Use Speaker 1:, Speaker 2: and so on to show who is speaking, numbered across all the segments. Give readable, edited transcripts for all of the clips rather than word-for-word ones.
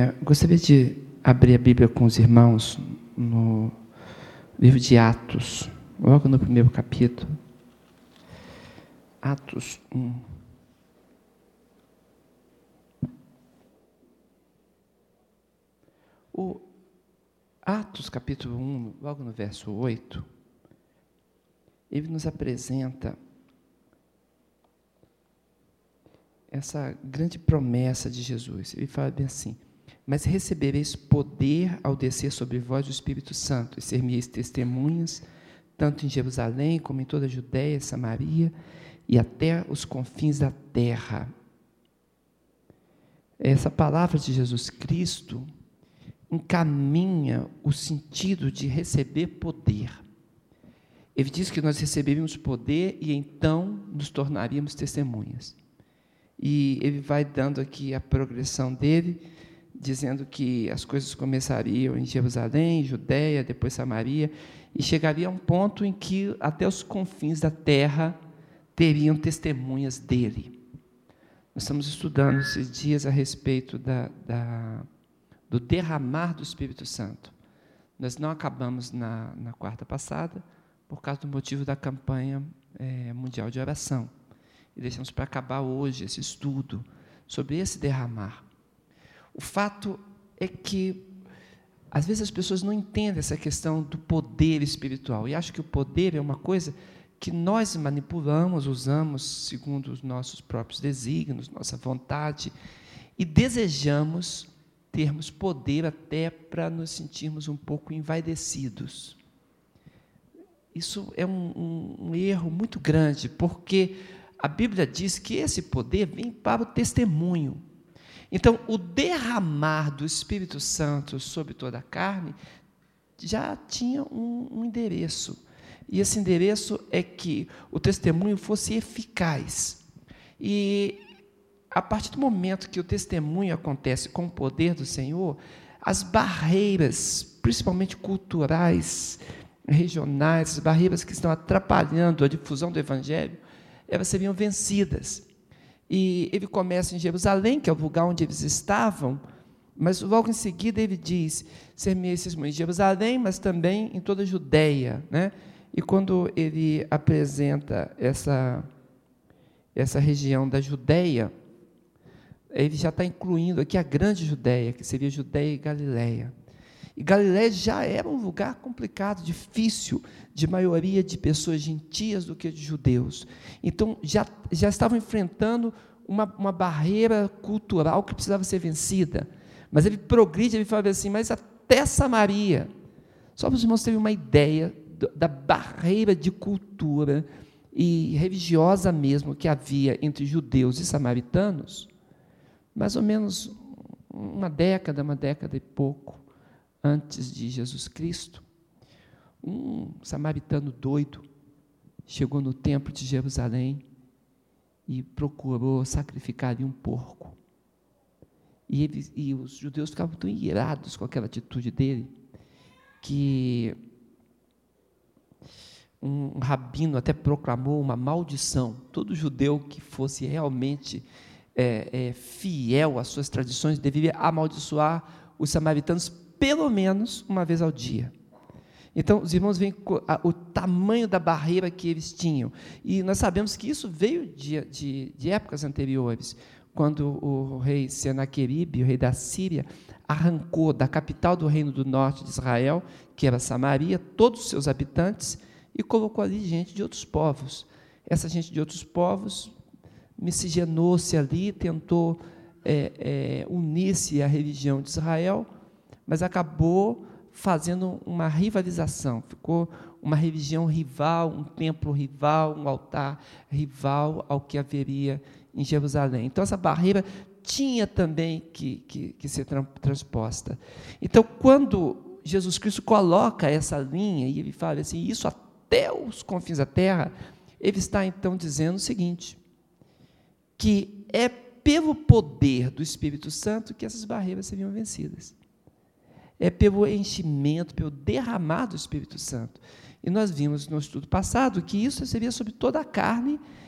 Speaker 1: Gostaria de abrir a Bíblia com os irmãos no livro de Atos, logo no primeiro capítulo. Atos 1. O Atos capítulo 1, logo no verso 8, ele nos apresenta essa grande promessa de Jesus. Ele fala bem assim: mas recebereis poder ao descer sobre vós o Espírito Santo, e ser-me-eis testemunhas, tanto em Jerusalém, como em toda a Judéia, Samaria, e até os confins da terra. Essa palavra de Jesus Cristo encaminha o sentido de receber poder. Ele diz que nós receberíamos poder e então nos tornaríamos testemunhas. E ele vai dando aqui a progressão dele, dizendo que as coisas começariam em Jerusalém, Judéia, depois Samaria, e chegaria a um ponto em que até os confins da terra teriam testemunhas dele. Nós estamos estudando esses dias a respeito do derramar do Espírito Santo. Nós não acabamos na quarta passada, por causa do motivo da campanha mundial de oração. E deixamos para acabar hoje esse estudo sobre esse derramar. O fato é que, às vezes, as pessoas não entendem essa questão do poder espiritual, e acham que o poder é uma coisa que nós manipulamos, usamos segundo os nossos próprios desígnios, nossa vontade, e desejamos termos poder até para nos sentirmos um pouco envaidecidos. Isso é um erro muito grande, porque a Bíblia diz que esse poder vem para o testemunho. Então, o derramar do Espírito Santo sobre toda a carne já tinha um endereço. E esse endereço é que o testemunho fosse eficaz. E, a partir do momento que o testemunho acontece com o poder do Senhor, as barreiras, principalmente culturais, regionais, as barreiras que estão atrapalhando a difusão do Evangelho, elas seriam vencidas. E ele começa em Jerusalém, que é o lugar onde eles estavam, mas logo em seguida ele diz: ser-me-eis testemunhas em Jerusalém, mas também em toda a Judéia, né? E quando ele apresenta essa região da Judéia, ele já está incluindo aqui a grande Judéia, que seria Judéia e Galileia. E Galileia já era um lugar complicado, difícil, de maioria de pessoas gentias do que de judeus. Então, já estavam enfrentando uma barreira cultural que precisava ser vencida. Mas ele progride, ele fala assim: mas até Samaria. Só para os irmãos terem uma ideia da barreira de cultura e religiosa mesmo que havia entre judeus e samaritanos, mais ou menos uma década e pouco antes de Jesus Cristo, um samaritano doido chegou no templo de Jerusalém e procurou sacrificar ali um porco. E os judeus ficavam tão irados com aquela atitude dele, que um rabino até proclamou uma maldição: todo judeu que fosse realmente fiel às suas tradições deveria amaldiçoar os samaritanos pelo menos uma vez ao dia. Então, os irmãos veem o tamanho da barreira que eles tinham. E nós sabemos que isso veio de épocas anteriores, quando o rei Senaqueribe, o rei da Síria, arrancou da capital do reino do norte de Israel, que era Samaria, todos os seus habitantes, e colocou ali gente de outros povos. Essa gente de outros povos miscigenou-se ali, tentou unir-se à religião de Israel, mas acabou fazendo uma rivalização, ficou uma religião rival, um templo rival, um altar rival ao que haveria em Jerusalém. Então, essa barreira tinha também que ser transposta. Então, quando Jesus Cristo coloca essa linha, e ele fala assim: isso até os confins da terra, ele está então dizendo o seguinte, que é pelo poder do Espírito Santo que essas barreiras seriam vencidas. É pelo enchimento, pelo derramar do Espírito Santo. E nós vimos no estudo passado que isso seria sobre toda a carne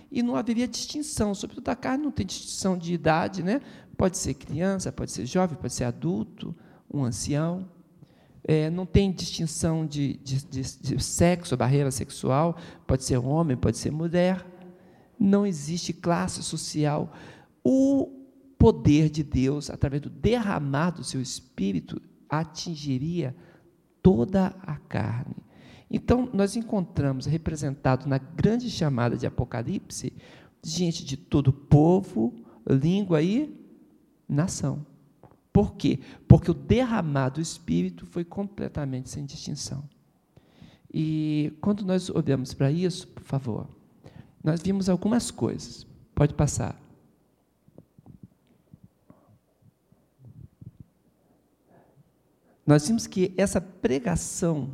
Speaker 1: e não haveria distinção. Sobretudo a carne não tem distinção de idade, né? Pode ser criança, pode ser jovem, pode ser adulto, um ancião. Não tem distinção de sexo, barreira sexual, pode ser homem, pode ser mulher. Não existe classe social. O poder de Deus, através do derramar do seu Espírito, atingiria toda a carne. Então, nós encontramos representado na grande chamada de Apocalipse, gente de todo povo, língua e nação. Por quê? Porque o derramar do Espírito foi completamente sem distinção. E quando nós olhamos para isso, por favor, nós vimos algumas coisas. Pode passar. Nós vimos que essa pregação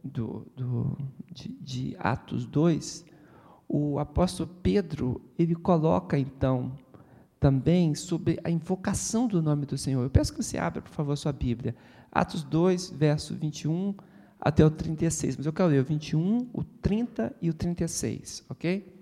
Speaker 1: de Atos 2, o apóstolo Pedro, ele coloca, então, também sobre a invocação do nome do Senhor. Eu peço que você abra, por favor, sua Bíblia. Atos 2, verso 21 até o 36. Mas eu quero ler o 21, o 30 e o 36, ok?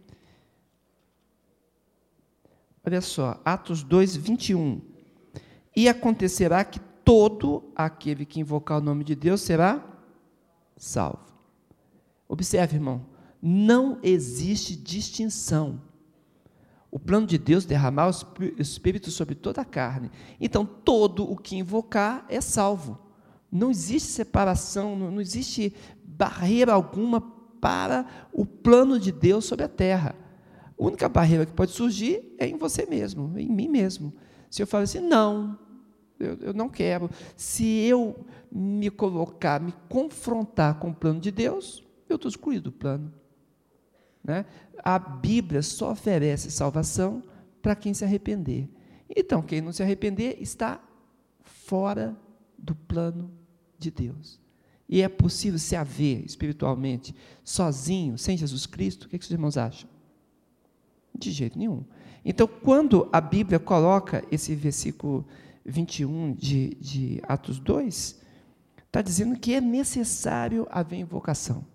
Speaker 1: Olha só, Atos 2, 21. E acontecerá que todo aquele que invocar o nome de Deus será salvo. Observe, irmão, não existe distinção. O plano de Deus é derramar o Espírito sobre toda a carne. Então, todo o que invocar é salvo. Não existe separação, não existe barreira alguma para o plano de Deus sobre a terra. A única barreira que pode surgir é em você mesmo, em mim mesmo. Se eu falo assim, não, eu não quero. Se eu me colocar, me confrontar com o plano de Deus, eu estou excluído do plano. Né? A Bíblia só oferece salvação para quem se arrepender. Então, quem não se arrepender está fora do plano de Deus. E é possível se haver espiritualmente, sozinho, sem Jesus Cristo? O que os irmãos acham? De jeito nenhum. Então, quando a Bíblia coloca esse versículo 21 de Atos 2, está dizendo que é necessário haver invocação.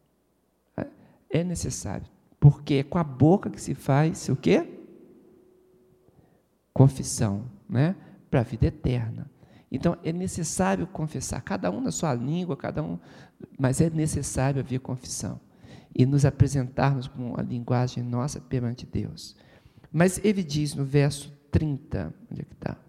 Speaker 1: É necessário, porque é com a boca que se faz o quê? Confissão, né? Para a vida eterna. Então, é necessário confessar, cada um na sua língua, mas é necessário haver confissão e nos apresentarmos com a linguagem nossa perante Deus. Mas ele diz no verso 30, onde é que está?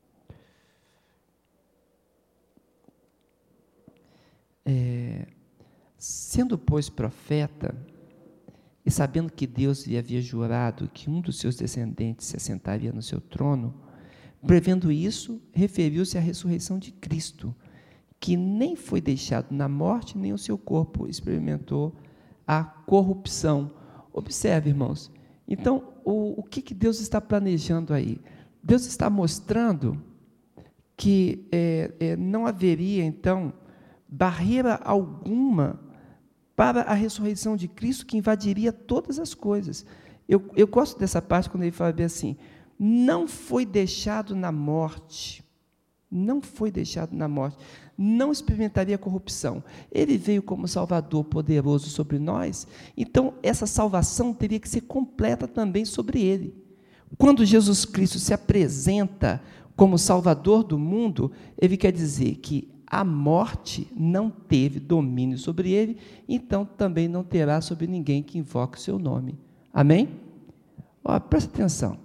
Speaker 1: Sendo, pois, profeta, e sabendo que Deus lhe havia jurado que um dos seus descendentes se assentaria no seu trono, prevendo isso, referiu-se à ressurreição de Cristo, que nem foi deixado na morte, nem o seu corpo experimentou a corrupção. Observe, irmãos. Então, o que Deus está planejando aí? Deus está mostrando que não haveria, então, barreira alguma para a ressurreição de Cristo, que invadiria todas as coisas. Eu gosto dessa parte quando ele fala bem assim, não foi deixado na morte, não foi deixado na morte, não experimentaria corrupção. Ele veio como Salvador poderoso sobre nós, então essa salvação teria que ser completa também sobre ele. Quando Jesus Cristo se apresenta como Salvador do mundo, ele quer dizer que a morte não teve domínio sobre ele, então também não terá sobre ninguém que invoque o seu nome. Amém? Presta atenção.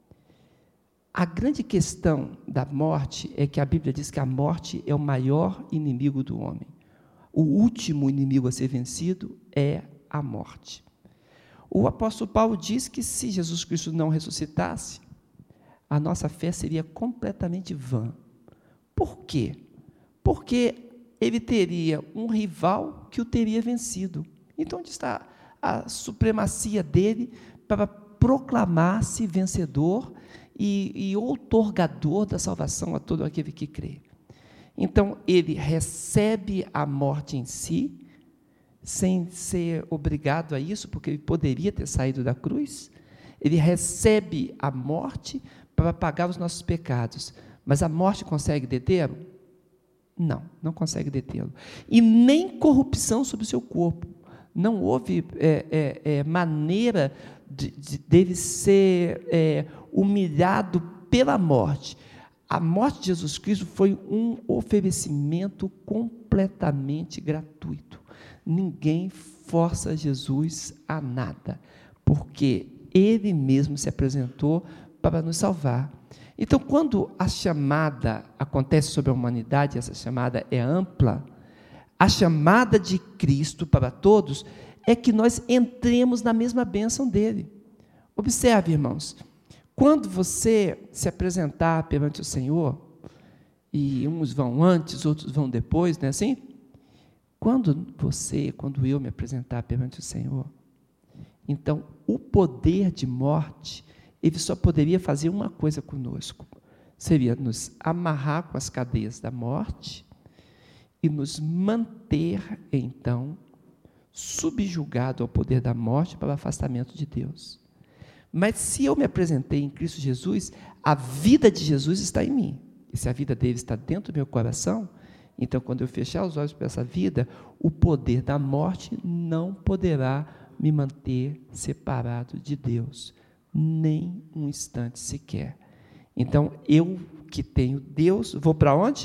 Speaker 1: A grande questão da morte é que a Bíblia diz que a morte é o maior inimigo do homem. O último inimigo a ser vencido é a morte. O apóstolo Paulo diz que se Jesus Cristo não ressuscitasse, a nossa fé seria completamente vã. Por quê? Porque ele teria um rival que o teria vencido. Então, onde está a supremacia dele para proclamar-se vencedor e outorgador da salvação a todo aquele que crê? Então, ele recebe a morte em si, sem ser obrigado a isso, porque ele poderia ter saído da cruz. Ele recebe a morte para pagar os nossos pecados. Mas a morte consegue detê-lo? Não, não consegue detê-lo. E nem corrupção sobre o seu corpo. Não houve maneira dele ser humilhado pela morte. A morte de Jesus Cristo foi um oferecimento completamente gratuito. Ninguém força Jesus a nada, porque Ele mesmo se apresentou para nos salvar. Então, quando a chamada acontece sobre a humanidade, essa chamada é ampla, a chamada de Cristo para todos é que nós entremos na mesma bênção dele. Observe, irmãos, quando você se apresentar perante o Senhor, e uns vão antes, outros vão depois, não é assim? Quando eu me apresentar perante o Senhor, então o poder de morte, ele só poderia fazer uma coisa conosco, seria nos amarrar com as cadeias da morte e nos manter, então, subjugado ao poder da morte para o afastamento de Deus. Mas se eu me apresentei em Cristo Jesus, a vida de Jesus está em mim. E se a vida dele está dentro do meu coração, então quando eu fechar os olhos para essa vida, o poder da morte não poderá me manter separado de Deus, nem um instante sequer. Então, eu que tenho Deus, vou para onde?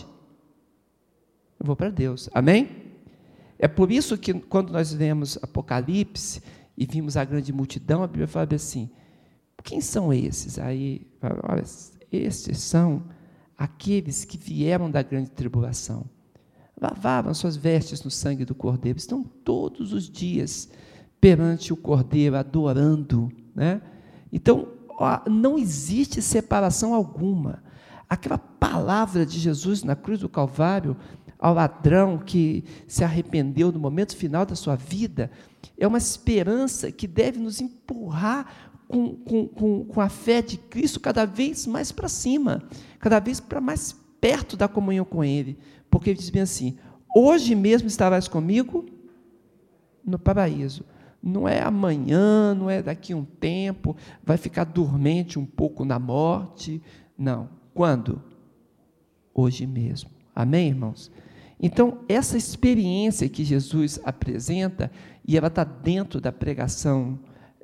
Speaker 1: Eu vou para Deus. Amém? É por isso que quando nós lemos Apocalipse e vimos a grande multidão, a Bíblia fala assim, quem são esses? Aí, olha, esses são aqueles que vieram da grande tribulação, lavaram suas vestes no sangue do Cordeiro, estão todos os dias perante o Cordeiro, adorando, né? Então, não existe separação alguma. Aquela palavra de Jesus na cruz do Calvário, ao ladrão que se arrependeu no momento final da sua vida, é uma esperança que deve nos empurrar com a fé de Cristo cada vez mais para cima, cada vez para mais perto da comunhão com Ele, porque Ele diz bem assim, hoje mesmo estarás comigo no paraíso. Não é amanhã, não é daqui a um tempo, vai ficar dormente um pouco na morte, não. Quando? Hoje mesmo. Amém, irmãos? Então, essa experiência que Jesus apresenta, e ela está dentro da pregação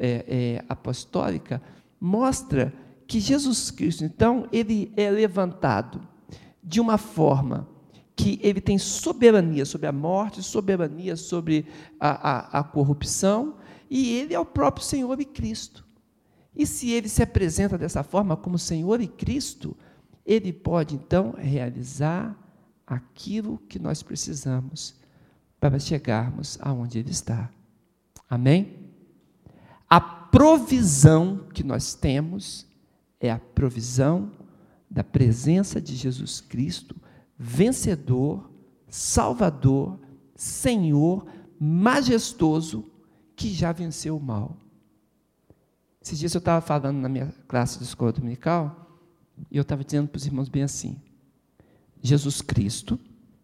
Speaker 1: apostólica, mostra que Jesus Cristo, então, ele é levantado de uma forma que ele tem soberania sobre a morte, soberania sobre a corrupção, e ele é o próprio Senhor e Cristo. E se ele se apresenta dessa forma como Senhor e Cristo, ele pode, então, realizar aquilo que nós precisamos para chegarmos aonde ele está. Amém? A provisão que nós temos é a provisão da presença de Jesus Cristo, vencedor, Salvador, Senhor, majestoso, que já venceu o mal. Esses dias eu estava falando na minha classe de escola dominical, e eu estava dizendo para os irmãos bem assim, Jesus Cristo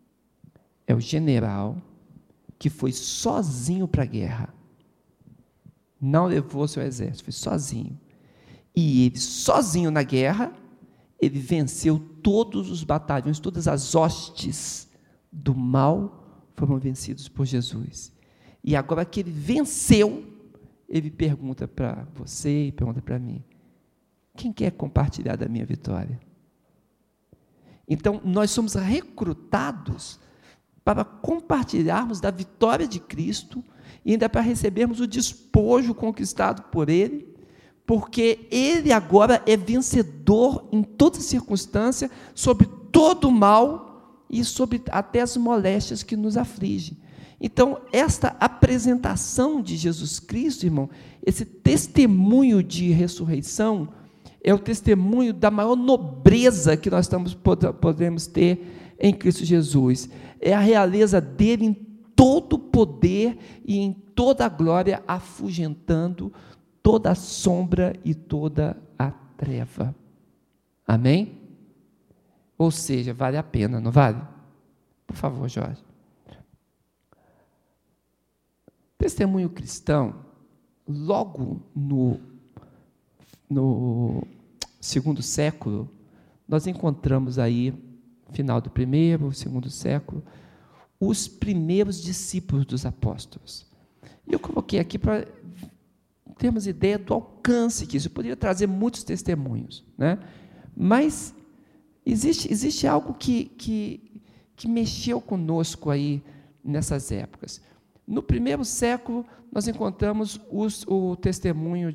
Speaker 1: é o general que foi sozinho para a guerra, não levou seu exército, foi sozinho, e ele sozinho na guerra, ele venceu todos os batalhões, todas as hostes do mal foram vencidos por Jesus. E agora que ele venceu, ele pergunta para você e pergunta para mim, quem quer compartilhar da minha vitória? Então, nós somos recrutados para compartilharmos da vitória de Cristo e ainda para recebermos o despojo conquistado por Ele, porque Ele agora é vencedor em toda circunstância, sobre todo o mal e sobre até as moléstias que nos afligem. Então, esta apresentação de Jesus Cristo, irmão, esse testemunho de ressurreição, é o testemunho da maior nobreza que nós podemos ter em Cristo Jesus. É a realeza dele em todo o poder e em toda a glória, afugentando toda a sombra e toda a treva. Amém? Ou seja, vale a pena, não vale? Por favor, Jorge. Testemunho cristão, logo no segundo século, nós encontramos aí, final do primeiro, segundo século, os primeiros discípulos dos apóstolos. E eu coloquei aqui para temos ideia do alcance que isso. Eu poderia trazer muitos testemunhos, né? Mas existe algo que mexeu conosco aí nessas épocas. No primeiro século, nós encontramos o testemunho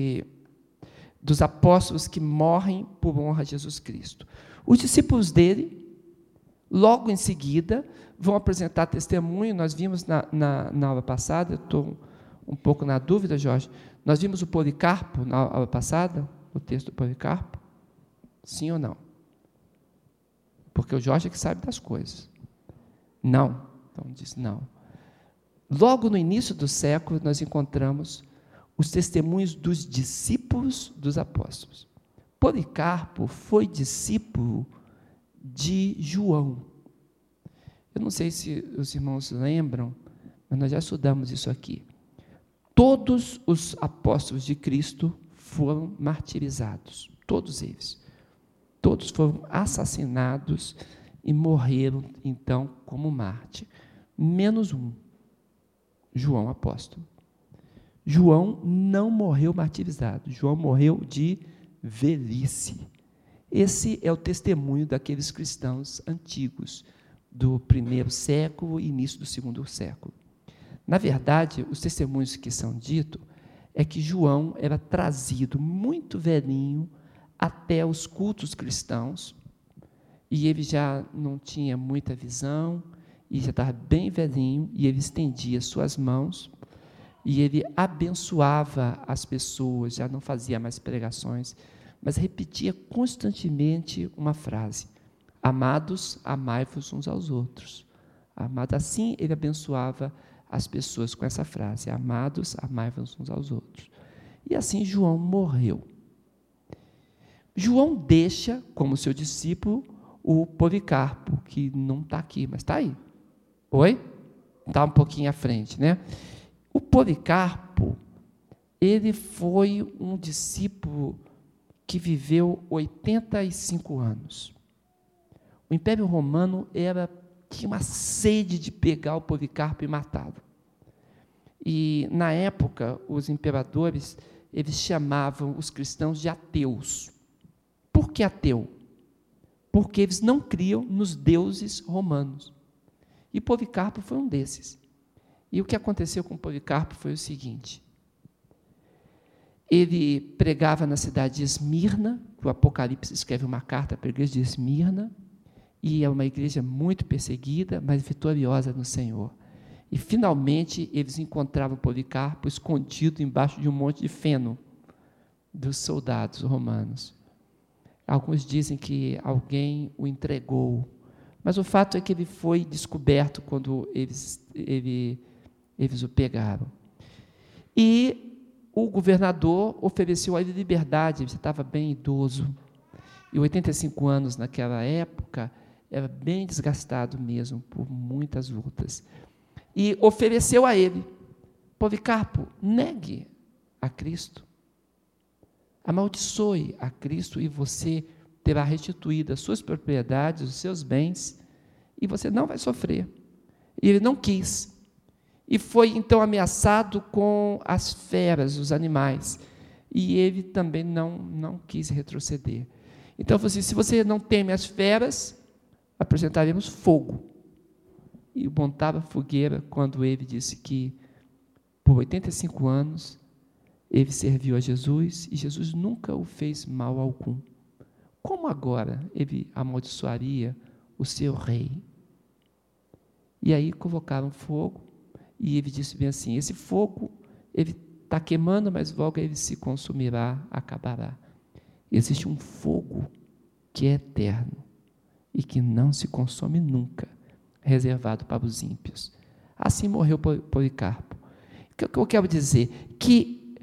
Speaker 1: dos apóstolos que morrem por honra a Jesus Cristo. Os discípulos dele, logo em seguida, vão apresentar testemunho. Nós vimos na aula passada, eu estou um pouco na dúvida, Jorge, nós vimos o Policarpo na aula passada, o texto do Policarpo? Sim ou não? Porque o Jorge é que sabe das coisas. Não. Então, diz não. Logo no início do século, nós encontramos os testemunhos dos discípulos dos apóstolos. Policarpo foi discípulo de João. Eu não sei se os irmãos lembram, mas nós já estudamos isso aqui. Todos os apóstolos de Cristo foram martirizados, todos eles. Todos foram assassinados e morreram, então, como mártir. Menos um, João apóstolo. João não morreu martirizado, João morreu de velhice. Esse é o testemunho daqueles cristãos antigos, do primeiro século e início do segundo século. Na verdade, os testemunhos que são ditos é que João era trazido muito velhinho até os cultos cristãos, e ele já não tinha muita visão, e já estava bem velhinho, e ele estendia suas mãos, e ele abençoava as pessoas, já não fazia mais pregações, mas repetia constantemente uma frase: amados, amai-vos uns aos outros. Amados, assim ele abençoava as pessoas com essa frase: amados, amai-vos uns aos outros. E assim João morreu. João deixa, como seu discípulo, o Policarpo, que não está aqui, mas está aí. Oi? Está um pouquinho à frente, né? O Policarpo, ele foi um discípulo que viveu 85 anos. O Império Romano tinha uma sede de pegar o Policarpo e matá-lo. E, na época, os imperadores, eles chamavam os cristãos de ateus. Por que ateu? Porque eles não criam nos deuses romanos. E Policarpo foi um desses. E o que aconteceu com Policarpo foi o seguinte: ele pregava na cidade de Esmirna, o Apocalipse escreve uma carta para a igreja de Esmirna, e é uma igreja muito perseguida, mas vitoriosa no Senhor. E, finalmente, eles encontravam Policarpo escondido embaixo de um monte de feno dos soldados romanos. Alguns dizem que alguém o entregou, mas o fato é que ele foi descoberto quando eles o pegaram. E o governador ofereceu a ele liberdade, ele estava bem idoso, e 85 anos naquela época era bem desgastado mesmo, por muitas lutas. E ofereceu a ele: Policarpo, negue a Cristo, amaldiçoe a Cristo, e você terá restituído as suas propriedades, os seus bens, e você não vai sofrer. E ele não quis. E foi, então, ameaçado com as feras, os animais. E ele também não quis retroceder. Então, falou assim: se você não teme as feras, apresentaremos fogo. E montava fogueira quando ele disse que, por 85 anos, ele serviu a Jesus, e Jesus nunca o fez mal algum. Como agora ele amaldiçoaria o seu rei? E aí convocaram fogo, e ele disse bem assim: esse fogo, ele está queimando, mas logo ele se consumirá, acabará. Existe um fogo que é eterno e que não se consome nunca, reservado para os ímpios. Assim morreu Policarpo. O que eu quero dizer? Que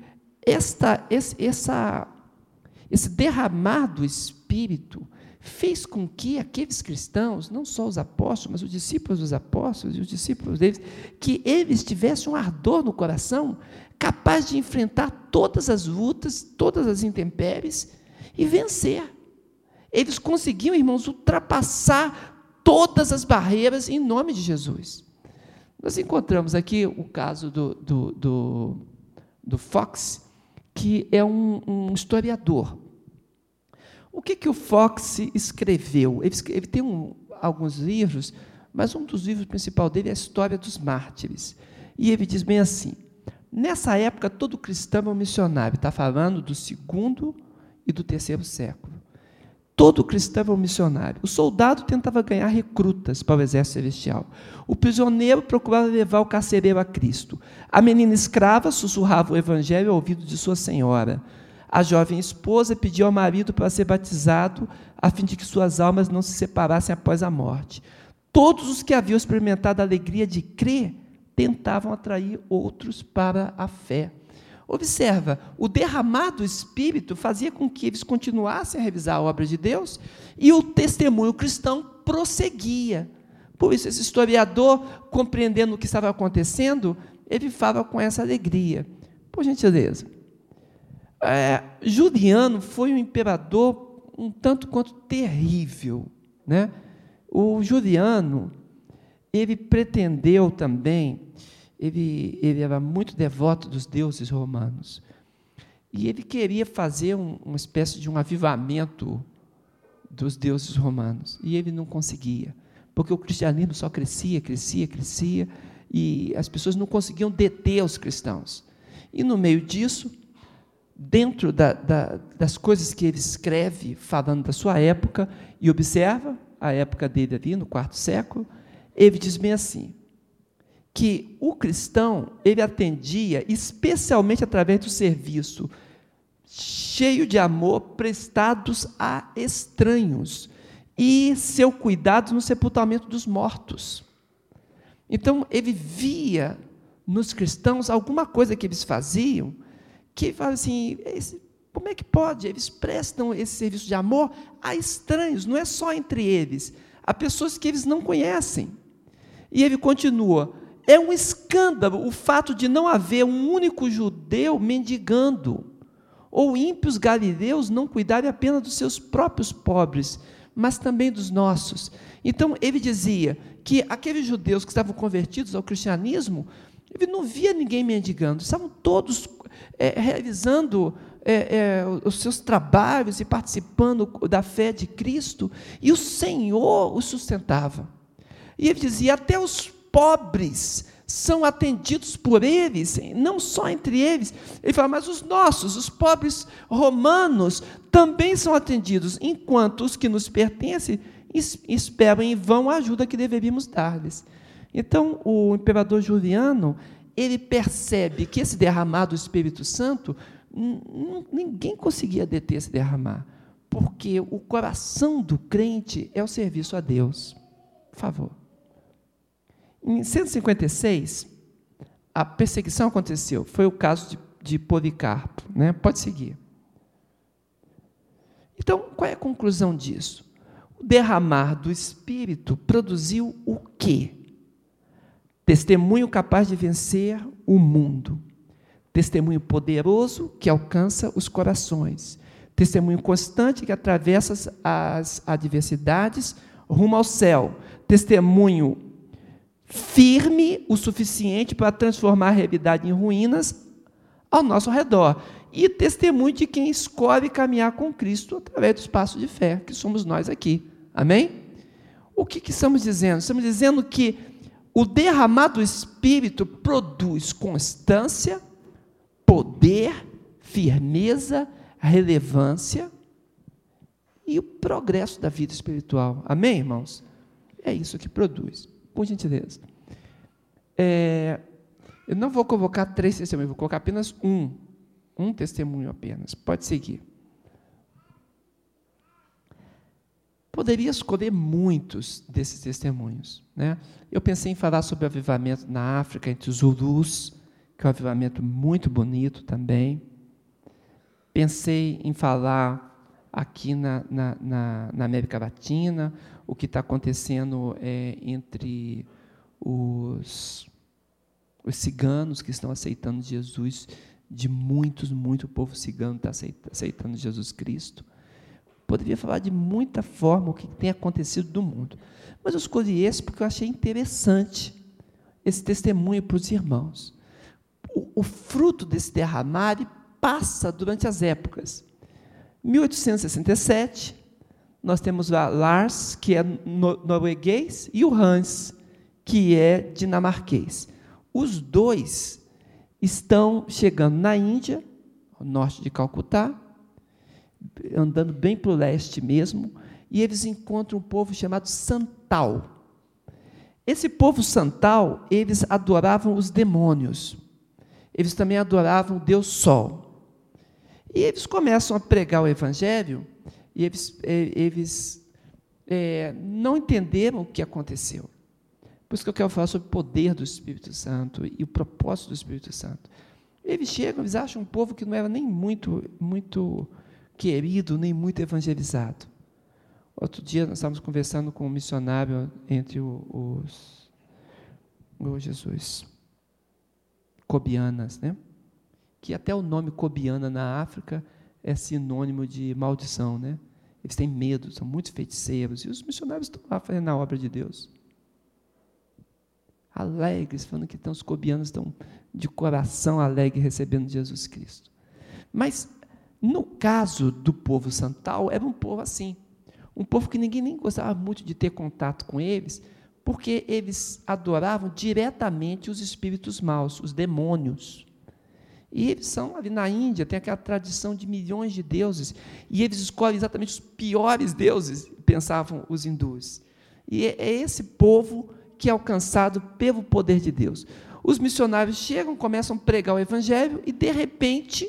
Speaker 1: esse derramar do Espírito fez com que aqueles cristãos, não só os apóstolos, mas os discípulos dos apóstolos e os discípulos deles, que eles tivessem um ardor no coração, capaz de enfrentar todas as lutas, todas as intempéries e vencer. Eles conseguiam, irmãos, ultrapassar todas as barreiras em nome de Jesus. Nós encontramos aqui o caso do Fox, que é um historiador. O que o Fox escreveu? Ele tem alguns livros, mas um dos livros principais dele é a História dos Mártires. E ele diz bem assim: nessa época, todo cristão é um missionário. Está falando do 2º e do 3º século. Todo cristão é um missionário. O soldado tentava ganhar recrutas para o exército celestial. O prisioneiro procurava levar o carcereiro a Cristo. A menina escrava sussurrava o evangelho ao ouvido de sua senhora. A jovem esposa pediu ao marido para ser batizado, a fim de que suas almas não se separassem após a morte. Todos os que haviam experimentado a alegria de crer tentavam atrair outros para a fé. Observa, o derramar do Espírito fazia com que eles continuassem a revisar a obra de Deus e o testemunho cristão prosseguia. Por isso, esse historiador, compreendendo o que estava acontecendo, ele fala com essa alegria. Por gentileza. Juliano foi um imperador um tanto quanto terrível, né? O Juliano, ele pretendeu também, ele era muito devoto dos deuses romanos, e ele queria fazer uma espécie de um avivamento dos deuses romanos, e ele não conseguia, porque o cristianismo só crescia, e as pessoas não conseguiam deter os cristãos. E no meio disso, dentro das coisas que ele escreve, falando da sua época, e observa a época dele ali, no 4º século, ele diz bem assim, que o cristão, ele atendia especialmente através do serviço cheio de amor prestados a estranhos e seu cuidado no sepultamento dos mortos. Então, ele via nos cristãos alguma coisa que eles faziam, que ele fala assim, como é que pode? Eles prestam esse serviço de amor a estranhos, não é só entre eles, a pessoas que eles não conhecem. E ele continua, é um escândalo o fato de não haver um único judeu mendigando, ou ímpios galileus não cuidarem apenas dos seus próprios pobres, mas também dos nossos. Então, ele dizia que aqueles judeus que estavam convertidos ao cristianismo, ele não via ninguém mendigando, estavam todos realizando os seus trabalhos e participando da fé de Cristo, e o Senhor os sustentava. E ele dizia, até os pobres são atendidos por eles, não só entre eles. Ele fala, mas os nossos, os pobres romanos, também são atendidos, enquanto os que nos pertencem esperam em vão a ajuda que deveríamos dar-lhes. Então, o imperador Juliano, ele percebe que esse derramar do Espírito Santo, ninguém conseguia deter esse derramar, porque o coração do crente é o serviço a Deus. Por favor. Em 156, a perseguição aconteceu, foi o caso de Policarpo, né? Pode seguir. Então, qual é a conclusão disso? O derramar do Espírito produziu o quê? Testemunho capaz de vencer o mundo, testemunho poderoso que alcança os corações, testemunho constante que atravessa as adversidades rumo ao céu, testemunho firme o suficiente para transformar a realidade em ruínas ao nosso redor, e testemunho de quem escolhe caminhar com Cristo através dos passos de fé, que somos nós aqui. Amém? O que estamos dizendo? Estamos dizendo que o derramar do Espírito produz constância, poder, firmeza, relevância e o progresso da vida espiritual. Amém, irmãos? É isso que produz. Por gentileza. Eu não vou convocar 3 testemunhos, vou colocar apenas um testemunho apenas. Pode seguir. Poderia escolher muitos desses testemunhos, né? Eu pensei em falar sobre o avivamento na África, entre os Zulus, que é um avivamento muito bonito também. Pensei em falar aqui na América Latina, o que está acontecendo entre os ciganos que estão aceitando Jesus, muito povo cigano está aceitando Jesus Cristo. Poderia falar de muita forma o que tem acontecido no mundo, mas eu escolhi esse porque eu achei interessante esse testemunho para os irmãos. O fruto desse derramar passa durante as épocas. 1867, nós temos lá Lars, que é norueguês, e o Hans, que é dinamarquês. Os dois estão chegando na Índia, ao norte de Calcutá, andando bem para o leste mesmo, e eles encontram um povo chamado Santal. Esse povo Santal, eles adoravam os demônios. Eles também adoravam o Deus Sol. E eles começam a pregar o Evangelho, e eles não entenderam o que aconteceu. Por isso que eu quero falar sobre o poder do Espírito Santo e o propósito do Espírito Santo. Eles chegam, eles acham um povo que não era nem muito querido, nem muito evangelizado. Outro dia nós estávamos conversando com um missionário entre Jesus, Cobianas, né? Que até o nome Cobiana na África é sinônimo de maldição, né? Eles têm medo, são muito feiticeiros, e os missionários estão lá fazendo a obra de Deus. Alegres, falando que os cobianos estão de coração alegre recebendo Jesus Cristo. Mas, no caso do povo Santal, era um povo assim, um povo que ninguém nem gostava muito de ter contato com eles, porque eles adoravam diretamente os espíritos maus, os demônios. E eles são, ali na Índia, tem aquela tradição de milhões de deuses, e eles escolhem exatamente os piores deuses, pensavam os hindus. E é esse povo que é alcançado pelo poder de Deus. Os missionários chegam, começam a pregar o Evangelho, e, de repente,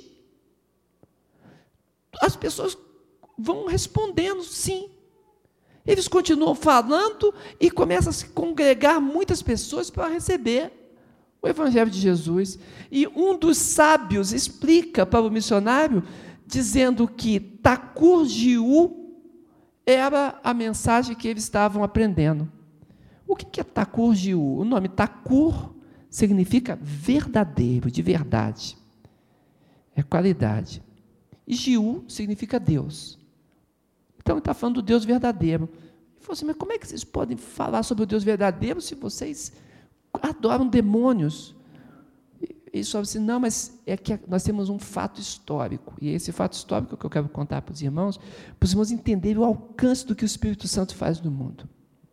Speaker 1: as pessoas vão respondendo sim. Eles continuam falando e começam a se congregar muitas pessoas para receber o Evangelho de Jesus. E um dos sábios explica para o missionário, dizendo que Thakur Jiu era a mensagem que eles estavam aprendendo. O que é Thakur Jiu? O nome Thakur significa verdadeiro, de verdade. É qualidade. E Jiu significa Deus. Então, ele está falando do Deus verdadeiro. Ele falou assim, mas como é que vocês podem falar sobre o Deus verdadeiro se vocês adoram demônios? Ele falou assim, não, mas é que nós temos um fato histórico, e é esse fato histórico que eu quero contar para os irmãos entenderem o alcance do que o Espírito Santo faz no mundo.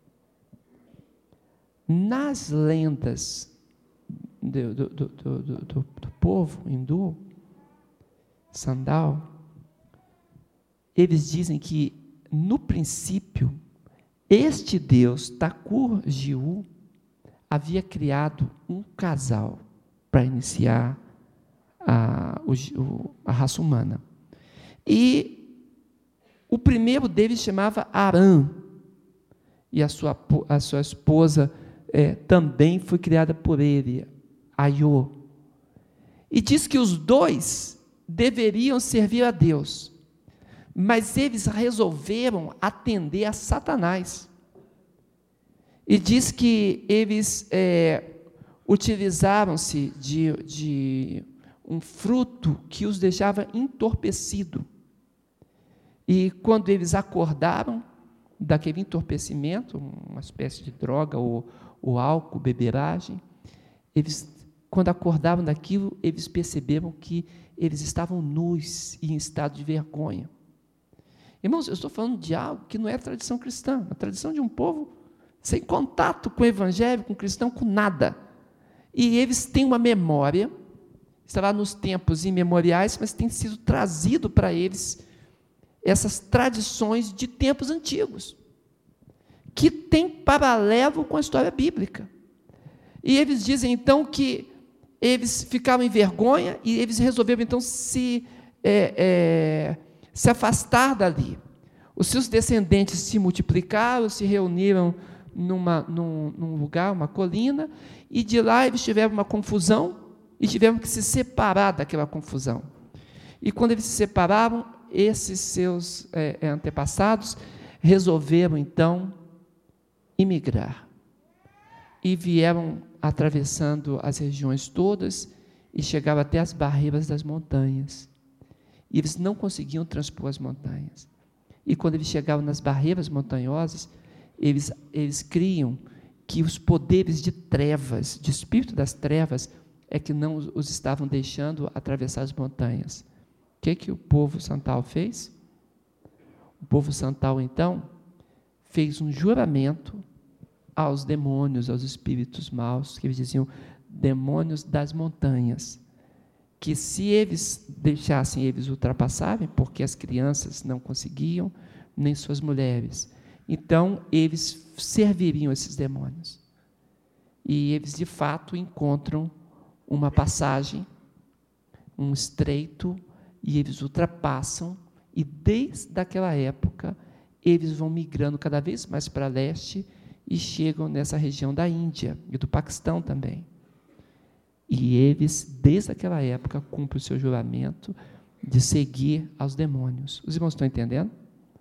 Speaker 1: Nas lendas do povo hindu, Sandal, eles dizem que, no princípio, este Deus, Thakur Jiu, havia criado um casal para iniciar a raça humana. E o primeiro deles chamava Aram, e a sua esposa também foi criada por ele, Ayô. E diz que os dois deveriam servir a Deus, mas eles resolveram atender a Satanás. E diz que eles utilizaram-se de um fruto que os deixava entorpecido. E quando eles acordaram daquele entorpecimento, uma espécie de droga, ou álcool, beberagem, quando acordaram daquilo, eles perceberam que eles estavam nus e em estado de vergonha. Irmãos, eu estou falando de algo que não é tradição cristã, a tradição de um povo sem contato com o Evangelho, com o cristão, com nada. E eles têm uma memória, está lá nos tempos imemoriais, mas tem sido trazido para eles essas tradições de tempos antigos, que tem paralelo com a história bíblica. E eles dizem, então, que eles ficaram em vergonha e eles resolveram, então, se afastar dali. Os seus descendentes se multiplicaram, se reuniram num lugar, uma colina, e de lá eles tiveram uma confusão e tiveram que se separar daquela confusão. E quando eles se separaram, esses seus antepassados resolveram, então, imigrar. E vieram atravessando as regiões todas e chegaram até as barreiras das montanhas. E eles não conseguiam transpor as montanhas. E quando eles chegavam nas barreiras montanhosas, eles criam que os poderes de trevas, de espírito das trevas, é que não os estavam deixando atravessar as montanhas. O que o povo santal fez? O povo santal, então, fez um juramento aos demônios, aos espíritos maus, que eles diziam, demônios das montanhas, que se eles deixassem eles ultrapassarem, porque as crianças não conseguiam, nem suas mulheres, então eles serviriam esses demônios. E eles, de fato, encontram uma passagem, um estreito, e eles ultrapassam, e desde aquela época, eles vão migrando cada vez mais para leste, e chegam nessa região da Índia, e do Paquistão também. E eles, desde aquela época, cumprem o seu juramento de seguir aos demônios. Os irmãos estão entendendo?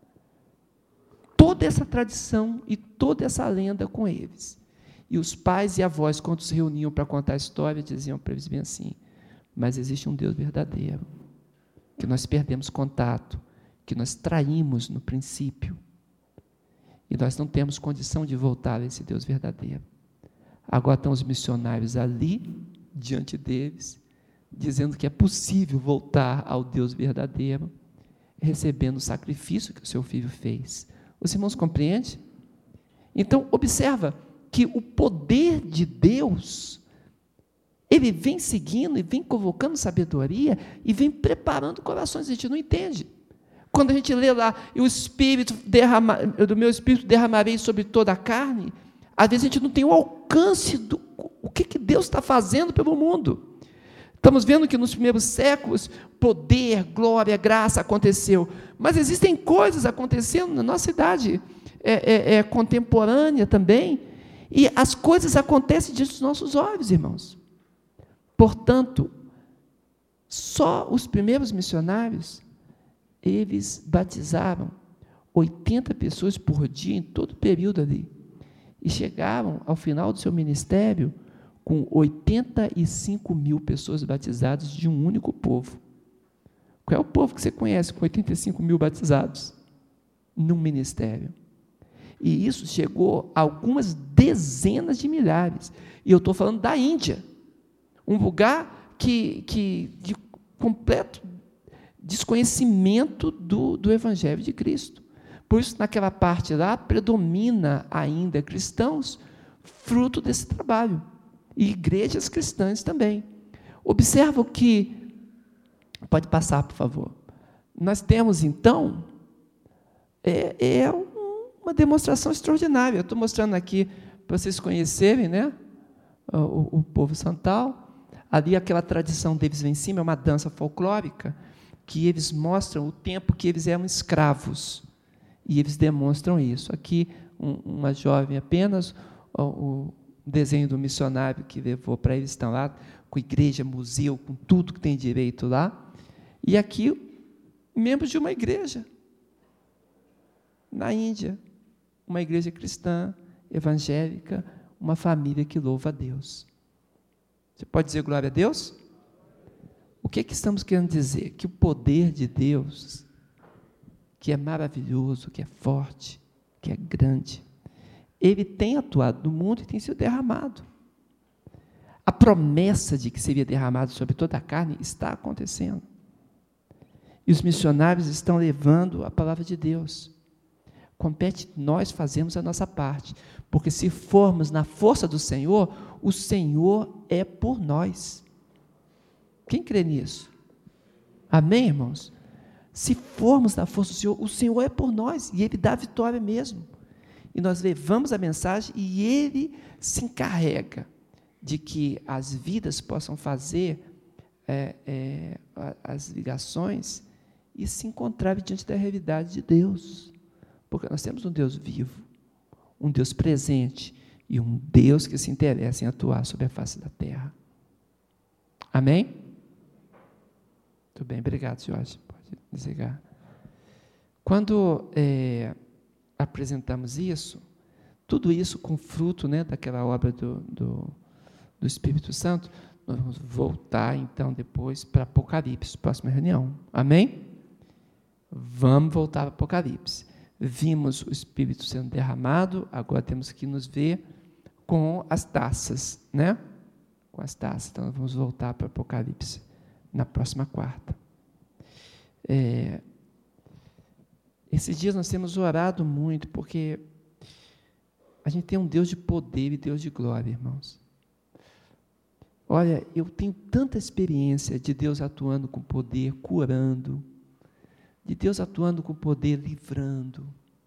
Speaker 1: Toda essa tradição e toda essa lenda com eles. E os pais e avós, quando se reuniam para contar a história, diziam para eles bem assim, mas existe um Deus verdadeiro, que nós perdemos contato, que nós traímos no princípio, e nós não temos condição de voltar a esse Deus verdadeiro. Agora estão os missionários ali, diante deles, dizendo que é possível voltar ao Deus verdadeiro, recebendo o sacrifício que o seu filho fez. Os irmãos compreendem? Então, observa que o poder de Deus, ele vem seguindo e vem convocando sabedoria e vem preparando corações. A gente não entende. Quando a gente lê lá, e do meu Espírito derramarei sobre toda a carne, às vezes a gente não tem o alcance do o que Deus está fazendo pelo mundo. Estamos vendo que nos primeiros séculos, poder, glória, graça aconteceu, mas existem coisas acontecendo na nossa idade contemporânea também, e as coisas acontecem diante dos nossos olhos, irmãos. Portanto, só os primeiros missionários, eles batizaram 80 pessoas por dia em todo o período ali, e chegaram ao final do seu ministério com 85 mil pessoas batizadas de um único povo. Qual é o povo que você conhece com 85 mil batizados num ministério? E isso chegou a algumas dezenas de milhares. E eu estou falando da Índia, um lugar de completo desconhecimento do Evangelho de Cristo. Por isso, naquela parte lá, predomina ainda cristãos, fruto desse trabalho. E igrejas cristãs também. Observa o que... Pode passar, por favor. Nós temos, então, uma demonstração extraordinária. Eu estou mostrando aqui para vocês conhecerem, né, o povo santal. Ali, aquela tradição deles lá em cima, é uma dança folclórica, que eles mostram o tempo que eles eram escravos. E eles demonstram isso. Aqui, uma jovem apenas, o desenho do missionário que levou para eles, estão lá, com igreja, museu, com tudo que tem direito lá. E aqui, membros de uma igreja, na Índia, uma igreja cristã, evangélica, uma família que louva a Deus. Você pode dizer glória a Deus? O que estamos querendo dizer? Que o poder de Deus, que é maravilhoso, que é forte, que é grande, ele tem atuado no mundo e tem sido derramado. A promessa de que seria derramado sobre toda a carne está acontecendo. E os missionários estão levando a palavra de Deus. Compete nós fazermos a nossa parte, porque se formos na força do Senhor, o Senhor é por nós. Quem crê nisso? Amém, irmãos? Se formos na força do Senhor, o Senhor é por nós, e Ele dá a vitória mesmo. E nós levamos a mensagem, e Ele se encarrega de que as vidas possam fazer as ligações e se encontrarem diante da realidade de Deus. Porque nós temos um Deus vivo, um Deus presente, e um Deus que se interessa em atuar sobre a face da terra. Amém? Muito bem, obrigado, Jorge. Pode desligar. Quando apresentamos isso, tudo isso com fruto, né, daquela obra do Espírito Santo, nós vamos voltar, então, depois para Apocalipse, próxima reunião. Amém? Vamos voltar para Apocalipse. Vimos o Espírito sendo derramado, agora temos que nos ver com as taças, né? com as taças. Então, nós vamos voltar para o Apocalipse na próxima quarta. Esses dias nós temos orado muito, porque a gente tem um Deus de poder e Deus de glória, irmãos. Olha, eu tenho tanta experiência de Deus atuando com poder, curando, de Deus atuando com poder, livrando.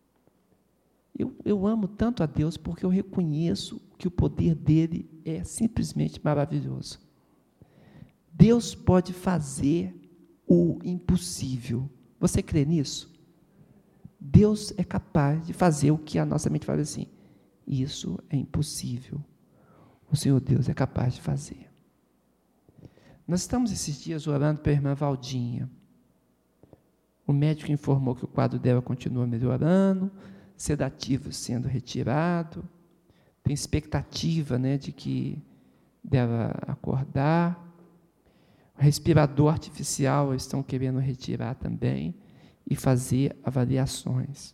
Speaker 1: Eu amo tanto a Deus porque eu reconheço que o poder dele é simplesmente maravilhoso. Deus pode fazer o impossível. Você crê nisso? Deus é capaz de fazer o que a nossa mente fala assim, isso é impossível. O Senhor Deus é capaz de fazer. Nós estamos esses dias orando para a irmã Valdinha. O médico informou que o quadro dela continua melhorando, sedativo sendo retirado, tem expectativa, de que deva acordar. O respirador artificial eles estão querendo retirar também e fazer avaliações.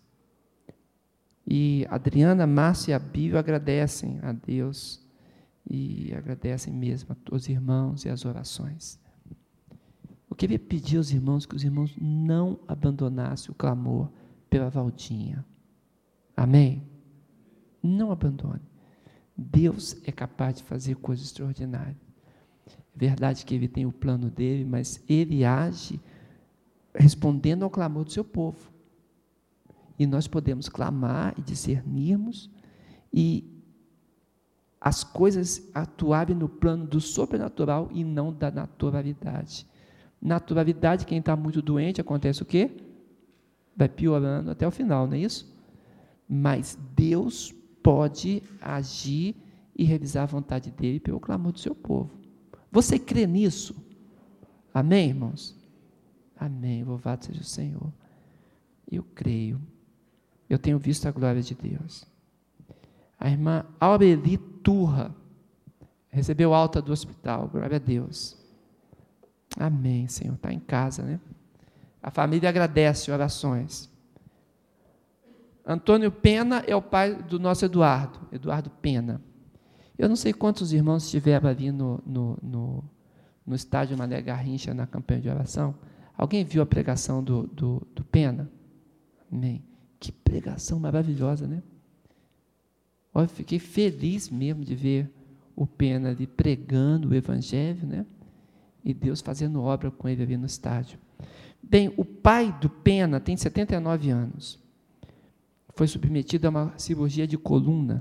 Speaker 1: E Adriana, Márcio e a Bíblia agradecem a Deus e agradecem mesmo a todos os irmãos e as orações. Eu queria pedir aos irmãos que os irmãos não abandonassem o clamor pela Valdinha. Amém? Não abandone. Deus é capaz de fazer coisas extraordinárias. É verdade que Ele tem o plano dele, mas Ele age respondendo ao clamor do seu povo. E nós podemos clamar e discernirmos e as coisas atuarem no plano do sobrenatural e não da naturalidade. Naturalidade, quem está muito doente, acontece o quê? Vai piorando até o final, não é isso? Mas Deus pode agir e realizar a vontade dele pelo clamor do seu povo. Você crê nisso? Amém, irmãos? Amém, louvado seja o Senhor. Eu creio. Eu tenho visto a glória de Deus. A irmã Aureli Turra recebeu alta do hospital, glória a Deus. Amém, Senhor, está em casa, né? A família agradece orações. Antônio Pena é o pai do nosso Eduardo Pena. Eu não sei quantos irmãos estiveram ali no estádio Mané Garrincha, na campanha de oração. Alguém viu a pregação do Pena? Amém. Que pregação maravilhosa, né? Olha, eu fiquei feliz mesmo de ver o Pena ali pregando o Evangelho, né? E Deus fazendo obra com ele ali no estádio. Bem, o pai do Pena tem 79 anos. Foi submetido a uma cirurgia de coluna.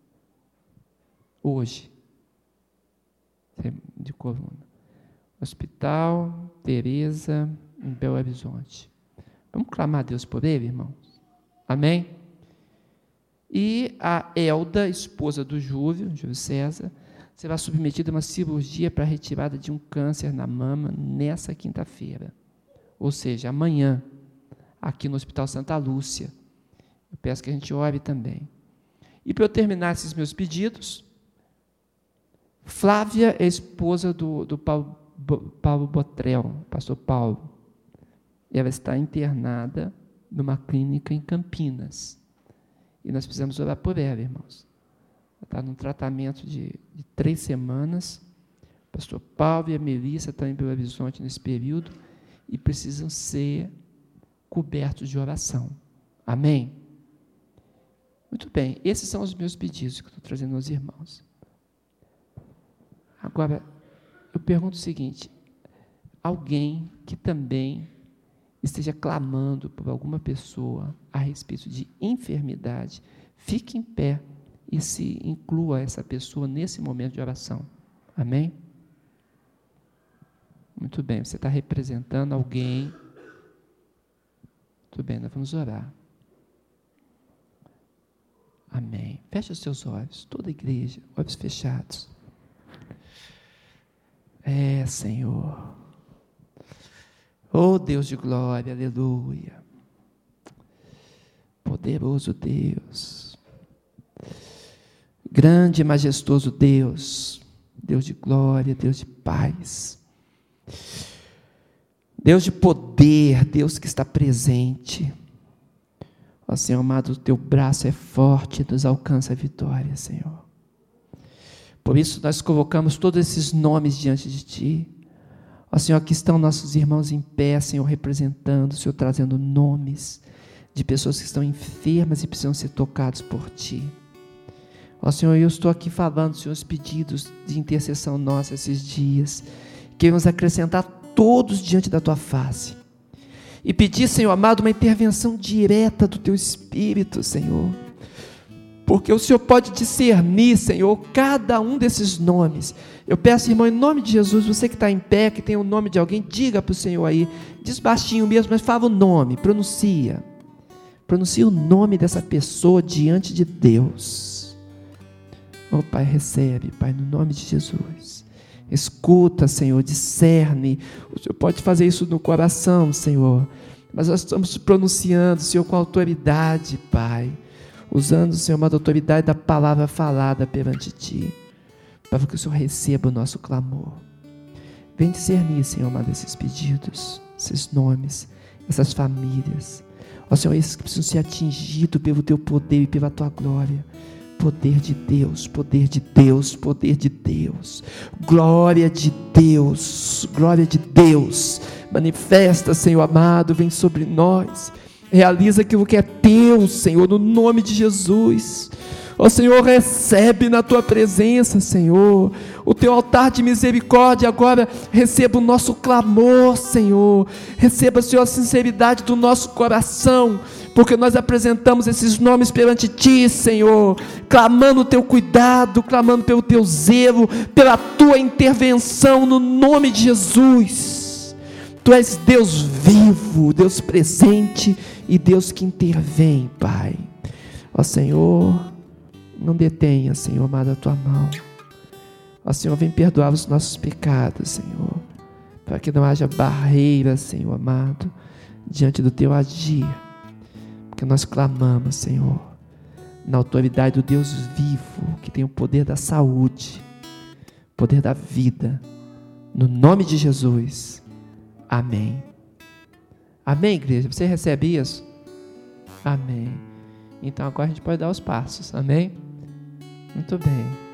Speaker 1: Hoje. De coluna. Hospital Teresa, em Belo Horizonte. Vamos clamar a Deus por ele, irmãos? Amém? E a Elda, esposa do Júlio César, será submetida a uma cirurgia para a retirada de um câncer na mama nessa quinta-feira. Ou seja, amanhã, aqui no Hospital Santa Lúcia. Eu peço que a gente ore também. E para eu terminar esses meus pedidos, Flávia é esposa do Paulo Botrel, pastor Paulo. Ela está internada numa clínica em Campinas. E nós precisamos orar por ela, irmãos. Ela está num tratamento de 3 semanas. O pastor Paulo e a Melissa estão em Belo Horizonte nesse período e precisam ser cobertos de oração. Amém? Muito bem, esses são os meus pedidos que eu estou trazendo aos irmãos. Agora, eu pergunto o seguinte, alguém que também esteja clamando por alguma pessoa a respeito de enfermidade, fique em pé e se inclua essa pessoa nesse momento de oração. Amém? Muito bem, você está representando alguém. Muito bem, nós vamos orar. Amém. Feche os seus olhos, toda a igreja, olhos fechados. Senhor. Oh, Deus de glória, aleluia. Poderoso Deus. Grande e majestoso Deus. Deus de glória, Deus de paz. Deus de poder, Deus que está presente. Ó Senhor amado, o teu braço é forte e nos alcança a vitória, Senhor. Por isso nós colocamos todos esses nomes diante de Ti. Ó Senhor, aqui estão nossos irmãos em pé, Senhor, representando, Senhor, trazendo nomes de pessoas que estão enfermas e precisam ser tocados por Ti. Ó Senhor, eu estou aqui falando, Senhor, os pedidos de intercessão nossa esses dias. Queremos acrescentar todos diante da Tua face. E pedir, Senhor amado, uma intervenção direta do Teu Espírito, Senhor. Porque o Senhor pode discernir, Senhor, cada um desses nomes. Eu peço, irmão, em nome de Jesus, você que está em pé, que tem o nome de alguém, diga para o Senhor aí, diz baixinho mesmo, mas fala o nome, pronuncia o nome dessa pessoa diante de Deus. Oh Pai, recebe, Pai, no nome de Jesus. Escuta, Senhor, discerne. O Senhor pode fazer isso no coração, Senhor, mas nós estamos pronunciando, Senhor, com autoridade, Pai, usando, Senhor, uma autoridade da palavra falada perante Ti, para que o Senhor receba o nosso clamor. Vem discernir, Senhor amado, esses pedidos, esses nomes, essas famílias. Ó Senhor, esses que precisam ser atingidos pelo Teu poder e pela Tua glória. Poder de Deus, poder de Deus, poder de Deus. Glória de Deus, glória de Deus. Manifesta, Senhor amado, vem sobre nós. Realiza aquilo que é Teu, Senhor, no nome de Jesus. Ó Senhor, recebe na Tua presença, Senhor, o Teu altar de misericórdia. Agora receba o nosso clamor, Senhor. Receba, Senhor, a sinceridade do nosso coração, porque nós apresentamos esses nomes perante Ti, Senhor, clamando o Teu cuidado, clamando pelo Teu zelo, pela Tua intervenção, no nome de Jesus. Tu és Deus vivo, Deus presente e Deus que intervém, Pai. Ó Senhor, não detenha, Senhor amado, a Tua mão. Ó Senhor, vem perdoar os nossos pecados, Senhor, para que não haja barreira, Senhor amado, diante do Teu agir, porque nós clamamos, Senhor, na autoridade do Deus vivo, que tem o poder da saúde, o poder da vida, no nome de Jesus. Amém. Amém, igreja? Você recebe isso? Amém. Então agora a gente pode dar os passos. Amém? Muito bem.